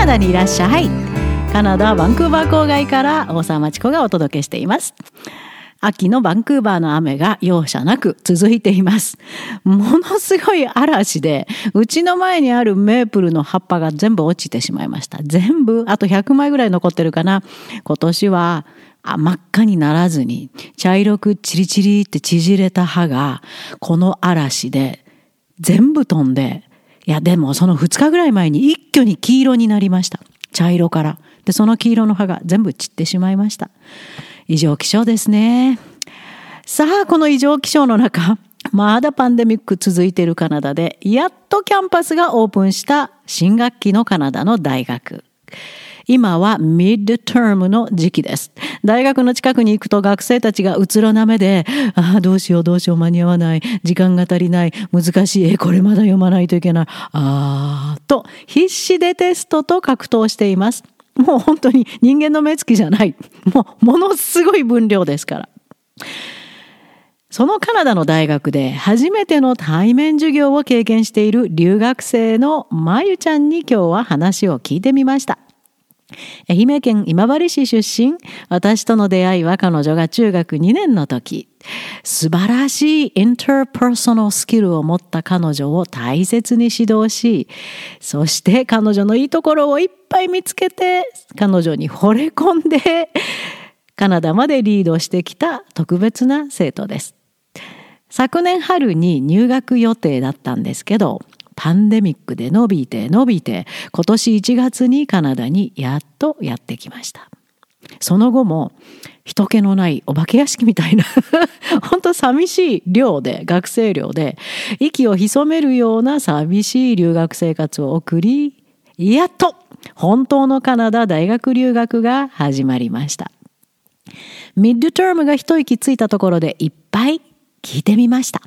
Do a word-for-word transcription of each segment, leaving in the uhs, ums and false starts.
ダにいらっしゃい。カナダバンクーバー郊外から大沢まちこがお届けしています。秋のバンクーバーの雨が容赦なく続いています。ものすごい嵐で、うちの前にあるメープルの葉っぱが全部落ちてしまいました。全部あとひゃくまいぐらい残ってるかな。今年はあ真っ赤にならずに茶色くチリチリって縮れた葉がこの嵐で全部飛んで、いやでもそのふつかぐらい前に一挙に黄色になりました。茶色から。でその黄色の葉が全部散ってしまいました。異常気象ですね。さあこの異常気象の中、まだパンデミック続いているカナダでやっとキャンパスがオープンした新学期のカナダの大学。今はミッドタームの時期です。大学の近くに行くと学生たちがうつろな目で、ああどうしようどうしよう間に合わない、時間が足りない、難しい、えこれまだ読まないといけない、ああと必死でテストと格闘しています。もう本当に人間の目つきじゃない、もうものすごい分量ですから。そのカナダの大学で初めての対面授業を経験している留学生のまゆちゃんに今日は話を聞いてみました。愛媛県今治市出身。私との出会いは彼女が中学にねんの時。素晴らしいインターパーソナルスキルを持った彼女を大切に指導し、そして彼女のいいところをいっぱい見つけて、彼女に惚れ込んで、カナダまでリードしてきた特別な生徒です。昨年春に入学予定だったんですけど、パンデミックで伸びて伸びて、今年いちがつにカナダにやっとやってきました。その後も人気のないお化け屋敷みたいな本当寂しい寮で、学生寮で息を潜めるような寂しい留学生活を送り、やっと本当のカナダ大学留学が始まりました。ミッドタームが一息ついたところでいっぱい聞いてみました。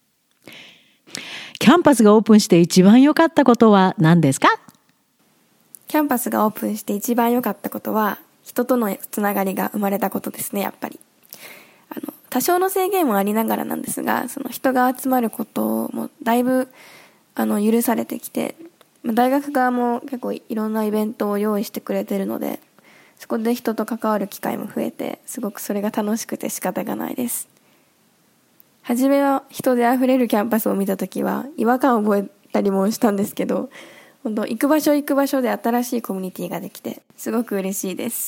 キャンパスがオープンして一番良かったことは何ですか？ キャンパスがオープンして一番良かったことは、人とのつながりが生まれたことですね、やっぱり。あの、多少の制限もありながらなんですが、その人が集まることもだいぶ、あの、許されてきて、大学側も結構いろんなイベントを用意してくれてるので、そこで人と関わる機会も増えて、すごくそれが楽しくて仕方がないです。初めは人であふれるキャンパスを見たときは違和感を覚えたりもしたんですけど、本当行く場所行く場所で新しいコミュニティができてすごく嬉しいです。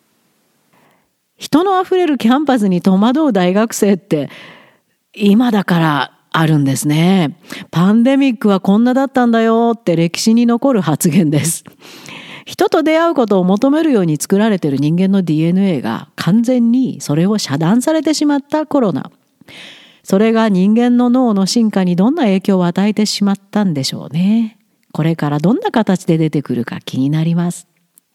人のあふれるキャンパスに戸惑う大学生って今だからあるんですね。パンデミックはこんなだったんだよって歴史に残る発言です。人と出会うことを求めるように作られている人間の ディーエヌエー が完全にそれを遮断されてしまったコロナ。それが人間の脳の進化にどんな影響を与えてしまったんでしょうね。これからどんな形で出てくるか気になります。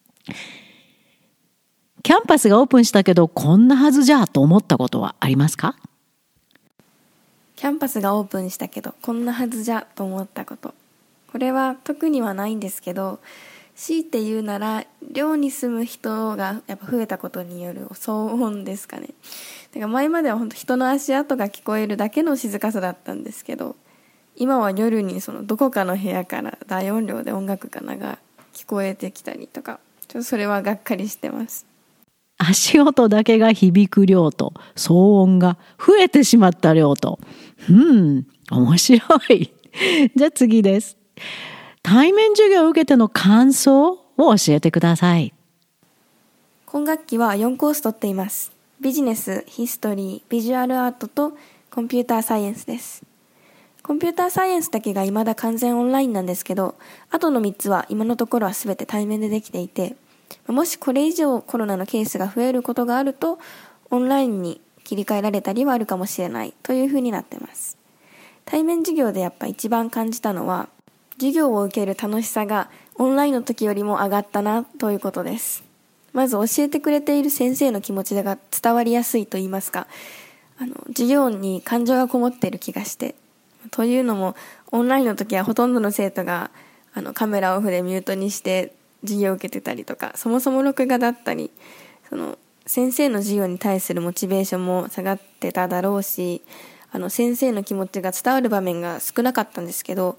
キャンパスがオープンしたけどこんなはずじゃと思ったことはありますか？ キャンパスがオープンしたけどこんなはずじゃと思ったこと。これは特にはないんですけど、強いて言うなら寮に住む人がやっぱ増えたことによる騒音ですかね。だから前までは本当人の足跡が聞こえるだけの静かさだったんですけど、今は夜にそのどこかの部屋から大音量で音楽が流聞こえてきたりとか、ちょっとそれはがっかりしてます。 足音だけが響く量と騒音が増えてしまった量と、うん面白い。じゃあ次です。対面授業を受けての感想を教えてください。 今学期はよんコース取っています。ビジネス、ヒストリー、ビジュアルアートとコンピューターサイエンスです。コンピューターサイエンスだけが未だ完全オンラインなんですけど、あとのみっつは今のところは全て対面でできていて、もしこれ以上コロナのケースが増えることがあると、オンラインに切り替えられたりはあるかもしれないというふうになってます。対面授業でやっぱ一番感じたのは、授業を受ける楽しさがオンラインの時よりも上がったなということです。まず教えてくれている先生の気持ちが伝わりやすいと言いますか、あの授業に感情がこもっている気がして、というのもオンラインの時はほとんどの生徒があのカメラオフでミュートにして授業を受けてたりとか、そもそも録画だったり、その先生の授業に対するモチベーションも下がってただろうし、あの先生の気持ちが伝わる場面が少なかったんですけど、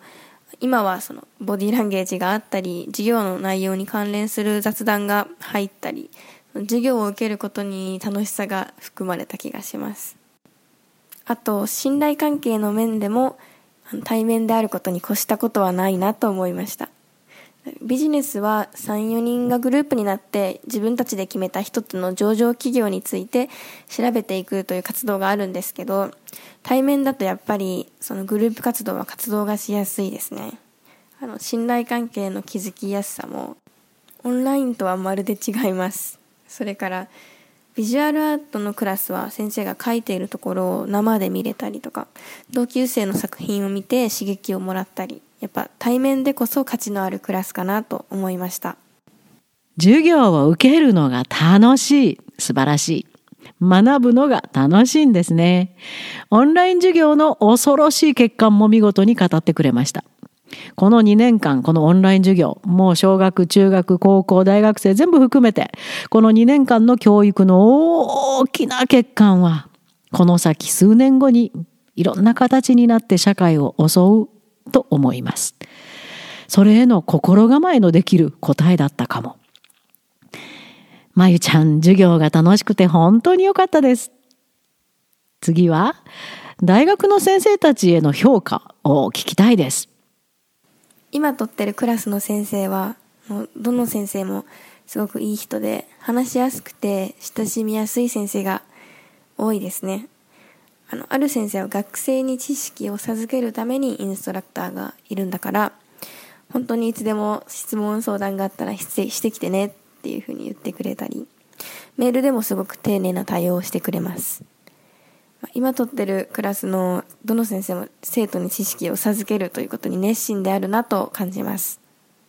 今はそのボディーランゲージがあったり、授業の内容に関連する雑談が入ったり、授業を受けることに楽しさが含まれた気がします。あと、信頼関係の面でも対面であることに越したことはないなと思いました。ビジネスはさん、よにんがグループになって自分たちで決めた一つの上場企業について調べていくという活動があるんですけど、対面だとやっぱりそのグループ活動は活動がしやすいですね。あの信頼関係の築きやすさもオンラインとはまるで違います。それからビジュアルアートのクラスは先生が描いているところを生で見れたりとか、同級生の作品を見て刺激をもらったり、やっぱ対面でこそ価値のあるクラスかなと思いました。 授業を受けるのが楽しい、素晴らしい。学ぶのが楽しいんですね。オンライン授業の恐ろしい欠陥も見事に語ってくれました。このにねんかん、このオンライン授業、もう小学、中学、高校、大学生全部含めて、このにねんかんの教育の大きな欠陥は、この先数年後にいろんな形になって社会を襲うと思います。それへの心構えのできる答えだったかも。まゆちゃん、授業が楽しくて本当に良かったです。次は、大学の先生たちへの評価を聞きたいです。 今取ってるクラスの先生は、もうどの先生もすごくいい人で、話しやすくて親しみやすい先生が多いですね。あの、ある先生は学生に知識を授けるためにインストラクターがいるんだから、本当にいつでも質問相談があったらしてきてねっていうふうに言ってくれたり、メールでもすごく丁寧な対応をしてくれます。今取ってるクラスのどの先生も生徒に知識を授けるということに熱心であるなと感じます。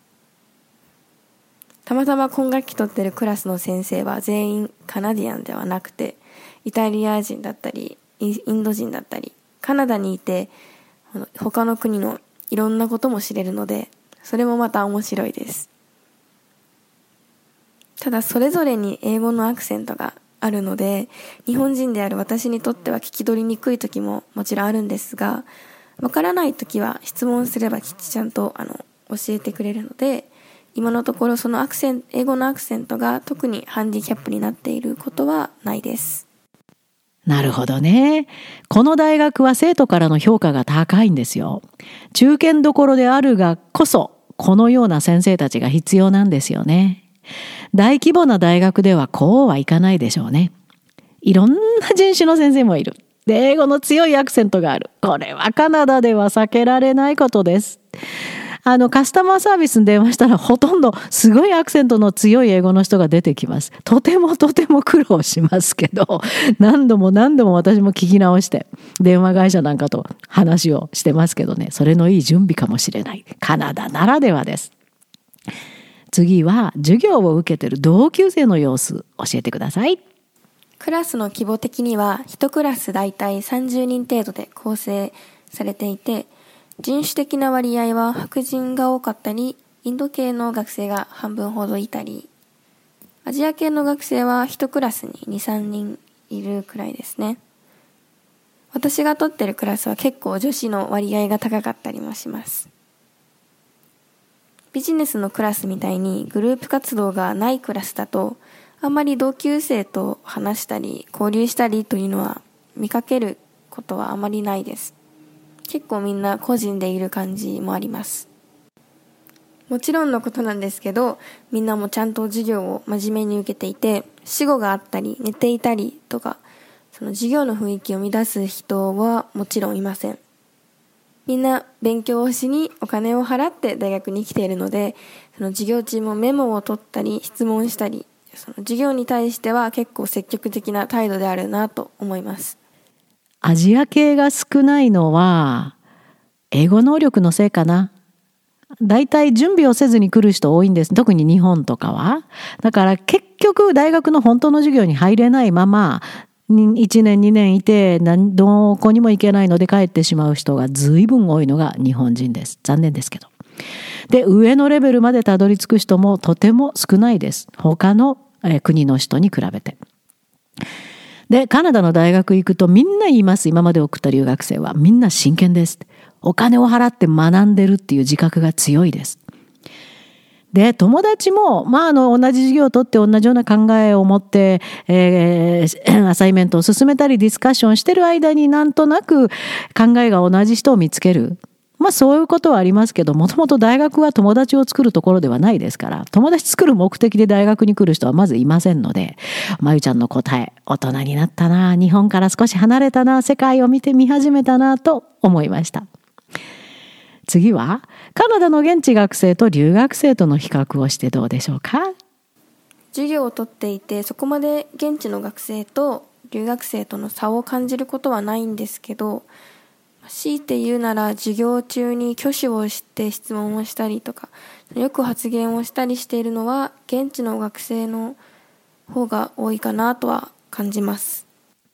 たまたま今学期取ってるクラスの先生は全員カナディアンではなくて、イタリア人だったりインド人だったり、カナダにいて他の国のいろんなことも知れるので、それもまた面白いです。ただそれぞれに英語のアクセントがあるので、日本人である私にとっては聞き取りにくい時ももちろんあるんですが、わからない時は質問すればきちんとあの教えてくれるので、今のところそのアクセント、英語のアクセントが特にハンディキャップになっていることはないです。 なるほどね。この大学は生徒からの評価が高いんですよ。中堅どころであるがこそ、このような先生たちが必要なんですよね。大規模な大学ではこうはいかないでしょうね。いろんな人種の先生もいる。で、英語の強いアクセントがある。これはカナダでは避けられないことです。あの、カスタマーサービスに電話したらほとんどすごいアクセントの強い英語の人が出てきます。とてもとても苦労しますけど、何度も何度も私も聞き直して、電話会社なんかと話をしてますけどね、それのいい準備かもしれない。カナダならではです。次は授業を受けている同級生の様子教えてください。 クラスの規模的には一クラスだいたいさんじゅうにん程度で構成されていて、人種的な割合は白人が多かったり、インド系の学生が半分ほどいたり、アジア系の学生は一クラスにに、さんにんいるくらいですね。私が取ってるクラスは結構女子の割合が高かったりもします。ビジネスのクラスみたいにグループ活動がないクラスだと、あんまり同級生と話したり交流したりというのは見かけることはあまりないです。結構みんな個人でいる感じもあります。もちろんのことなんですけど、みんなもちゃんと授業を真面目に受けていて、死語があったり寝ていたりとか、その授業の雰囲気を乱す人はもちろんいません。みんな勉強をしにお金を払って大学に来ているので、その授業中もメモを取ったり質問したり、その授業に対しては結構積極的な態度であるなと思います。 アジア系が少ないのは英語能力のせいかな。だいたい準備をせずに来る人多いんです。特に日本とかは。だから結局大学の本当の授業に入れないままいちねんにねんいてどこにも行けないので帰ってしまう人が随分多いのが日本人です。残念ですけど。で、上のレベルまでたどり着く人もとても少ないです。他の国の人に比べて。で、カナダの大学行くとみんな言います。今まで送った留学生はみんな真剣です。 お金を払って学んでるっていう自覚が強いです。で、友達も、まあ、あの、同じ授業を取って同じような考えを持って、えー、アサイメントを進めたりディスカッションしてる間になんとなく考えが同じ人を見つける。まあ、そういうことはありますけど、もともと大学は友達を作るところではないですから、友達作る目的で大学に来る人はまずいませんので、まゆちゃんの答え、大人になったな、日本から少し離れたな、世界を見てみ始めたな、と思いました。次はカナダの現地学生と留学生との比較をしてどうでしょうか。 授業をとっていてそこまで現地の学生と留学生との差を感じることはないんですけど、強いて言うなら授業中に挙手をして質問をしたりとかよく発言をしたりしているのは現地の学生の方が多いかなとは感じます。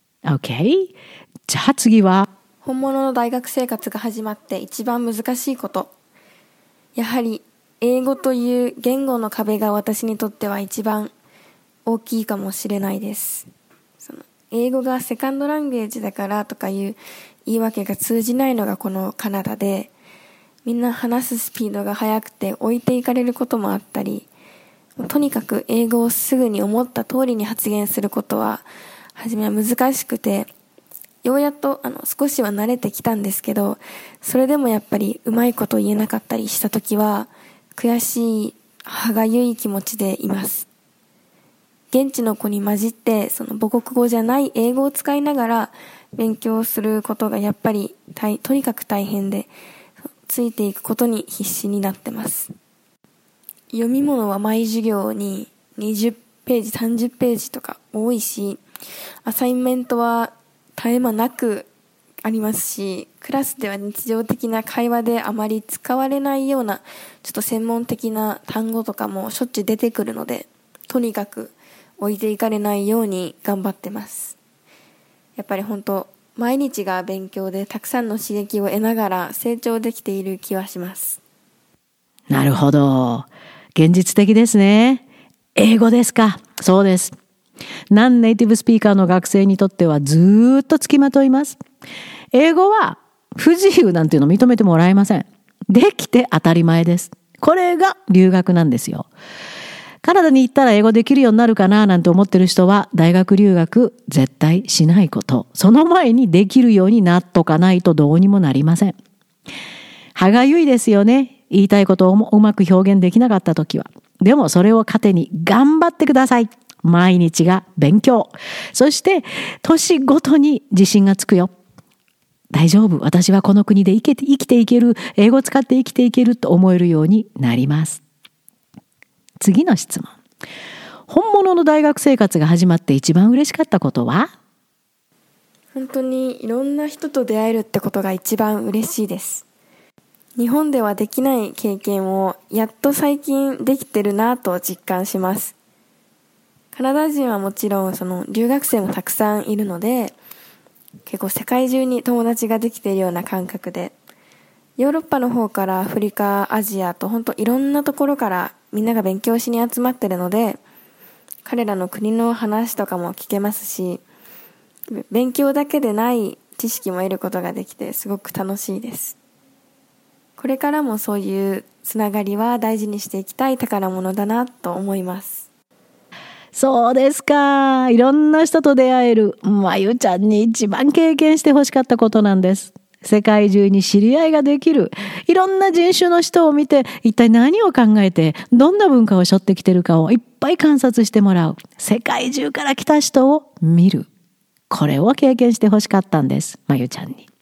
OK。 じゃあ次は本物の大学生活が始まって一番難しいこと、やはり英語という言語の壁が私にとっては一番大きいかもしれないです。その英語がセカンドランゲージだからとかいう言い訳が通じないのがこのカナダで、みんな話すスピードが速くて置いていかれることもあったり、とにかく英語をすぐに思った通りに発言することは初めは難しくて、ようやっとあの少しは慣れてきたんですけど、それでもやっぱりうまいこと言えなかったりした時は悔しい歯がゆい気持ちでいます。現地の子に混じってその母国語じゃない英語を使いながら勉強することがやっぱりとにかく大変で、ついていくことに必死になってます。読み物は毎授業ににじゅっページさんじゅっページとか多いし、アサインメントは絶え間なくありますし、クラスでは日常的な会話であまり使われないようなちょっと専門的な単語とかもしょっちゅう出てくるので、とにかく置いていかれないように頑張ってます。やっぱり本当毎日が勉強でたくさんの刺激を得ながら成長できている気はします。 なるほど、現実的ですね。英語ですか。そうです。ナンネイティブスピーカーの学生にとってはずーっとつきまといます。英語は不自由なんていうのを認めてもらえません。できて当たり前です。これが留学なんですよ。カナダに行ったら英語できるようになるかななんて思ってる人は大学留学絶対しないこと。その前にできるようになっとかないとどうにもなりません。歯がゆいですよね。言いたいことをうまく表現できなかったときは。でもそれを糧に頑張ってください。毎日が勉強。そして年ごとに自信がつくよ。大丈夫。私はこの国で生きて、生きていける。英語を使って生きていけると思えるようになります。次の質問。本物の大学生活が始まって一番嬉しかったことは？ 本当にいろんな人と出会えるってことが一番嬉しいです。日本ではできない経験をやっと最近できてるなと実感します。カナダ人はもちろんその留学生もたくさんいるので、結構世界中に友達ができているような感覚で、ヨーロッパの方からアフリカ、アジアと本当いろんなところからみんなが勉強しに集まってるので、彼らの国の話とかも聞けますし、勉強だけでない知識も得ることができてすごく楽しいです。これからもそういうつながりは大事にしていきたい宝物だなと思います。 そうですか。いろんな人と出会える。まゆちゃんに一番経験してほしかったことなんです。世界中に知り合いができる。いろんな人種の人を見て、一体何を考えて、どんな文化を背負ってきてるかをいっぱい観察してもらう。世界中から来た人を見る。これを経験してほしかったんです。まゆちゃんに。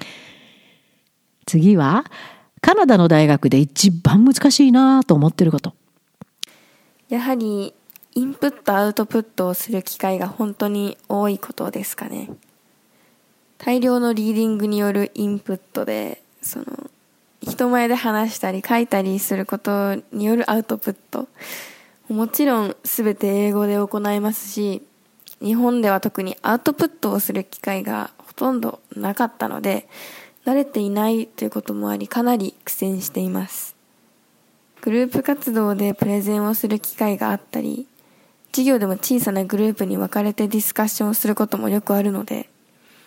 次は、カナダの大学で一番難しいなと思ってること。 やはり、インプットアウトプットをする機会が本当に多いことですかね。大量のリーディングによるインプットで、その人前で話したり書いたりすることによるアウトプット、もちろん全て英語で行いますし、日本では特にアウトプットをする機会がほとんどなかったので、慣れていないということもあり、かなり苦戦しています。グループ活動でプレゼンをする機会があったり、授業でも小さなグループに分かれてディスカッションをすることもよくあるので、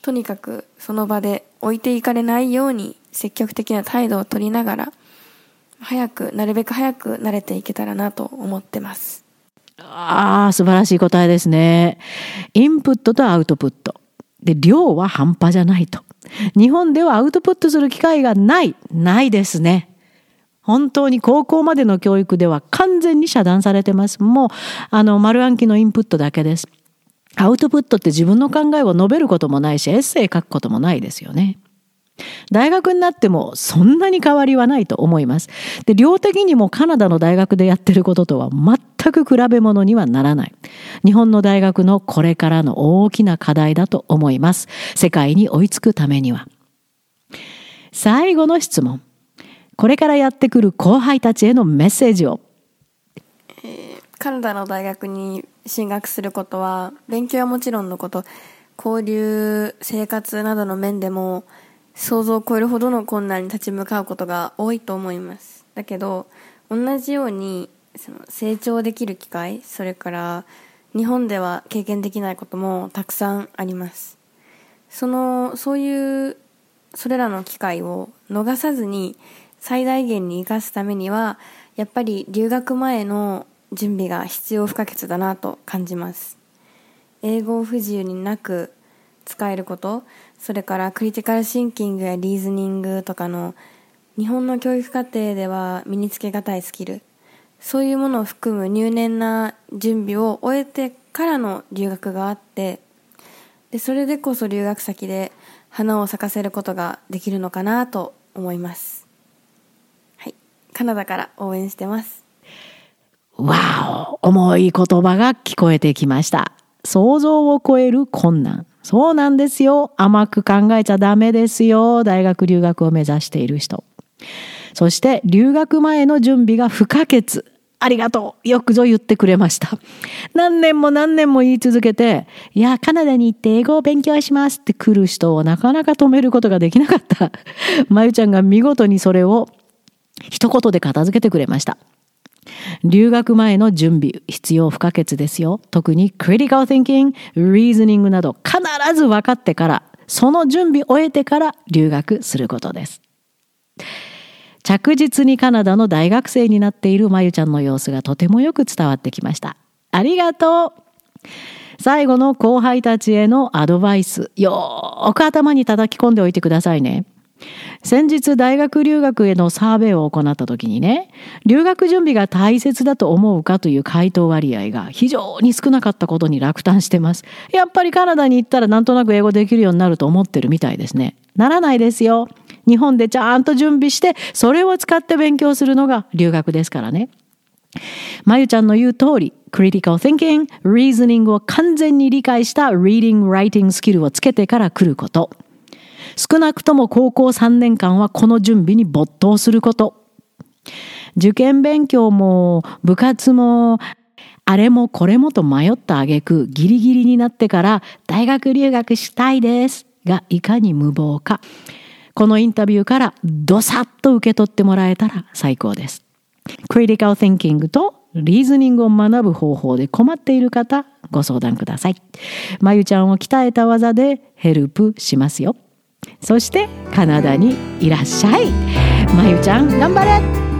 とにかくその場で置いていかれないように積極的な態度を取りながら、早く、なるべく早く慣れていけたらなと思ってます。 ああ、素晴らしい答えですね。インプットとアウトプット。で、量は半端じゃないと。日本ではアウトプットする機会がない、ないですね。本当に高校までの教育では完全に遮断されてます。もう、あの、丸暗記のインプットだけです。アウトプットって自分の考えを述べることもないし、エッセイ書くこともないですよね。大学になってもそんなに変わりはないと思います。で、量的にもカナダの大学でやってることとは全く比べ物にはならない。日本の大学のこれからの大きな課題だと思います。世界に追いつくためには。最後の質問。これからやってくる後輩たちへのメッセージを。 えー、カナダの大学に進学することは、勉強はもちろんのこと、交流、生活などの面でも想像を超えるほどの困難に立ち向かうことが多いと思います。だけど、同じようにその成長できる機会、それから日本では経験できないこともたくさんあります。その、そういう、それらの機会を逃さずに最大限に生かすためには、やっぱり留学前の準備が必要不可欠だなと感じます。英語不自由になく使えること、それからクリティカルシンキングやリーズニングとかの日本の教育課程では身につけがたいスキル、そういうものを含む入念な準備を終えてからの留学があって、でそれでこそ留学先で花を咲かせることができるのかなと思います。はい、カナダから応援してます。 わお、重い言葉が聞こえてきました。想像を超える困難。そうなんですよ。甘く考えちゃダメですよ。大学留学を目指している人。そして留学前の準備が不可欠。ありがとう。よくぞ言ってくれました。何年も何年も言い続けて、いや、カナダに行って英語を勉強しますって来る人をなかなか止めることができなかった。まゆちゃんが見事にそれを一言で片付けてくれました。留学前の準備、必要不可欠ですよ。特に critical thinking、reasoning など必ず分かってから、その準備を終えてから留学することです。着実にカナダの大学生になっているまゆちゃんの様子がとてもよく伝わってきました。ありがとう。最後の後輩たちへのアドバイス、よーく頭に叩き込んでおいてくださいね。先日大学留学へのサーベイを行った時にね、留学準備が大切だと思うかという回答割合が非常に少なかったことに落胆してます。やっぱりカナダに行ったらなんとなく英語できるようになると思ってるみたいですね。ならないですよ。日本でちゃんと準備してそれを使って勉強するのが留学ですからね。まゆちゃんの言う通り、critical thinking、reasoning を完全に理解した reading、writing スキルをつけてから来ること。少なくとも高校さんねんかんはこの準備に没頭すること。受験勉強も部活もあれもこれもと迷った挙句ギリギリになってから大学留学したいですがいかに無謀か。このインタビューからドサッと受け取ってもらえたら最高です。critical thinking とリーズニングを学ぶ方法で困っている方、ご相談ください。まゆちゃんを鍛えた技でヘルプしますよ。そしてカナダにいらっしゃい。まゆちゃん頑張れ。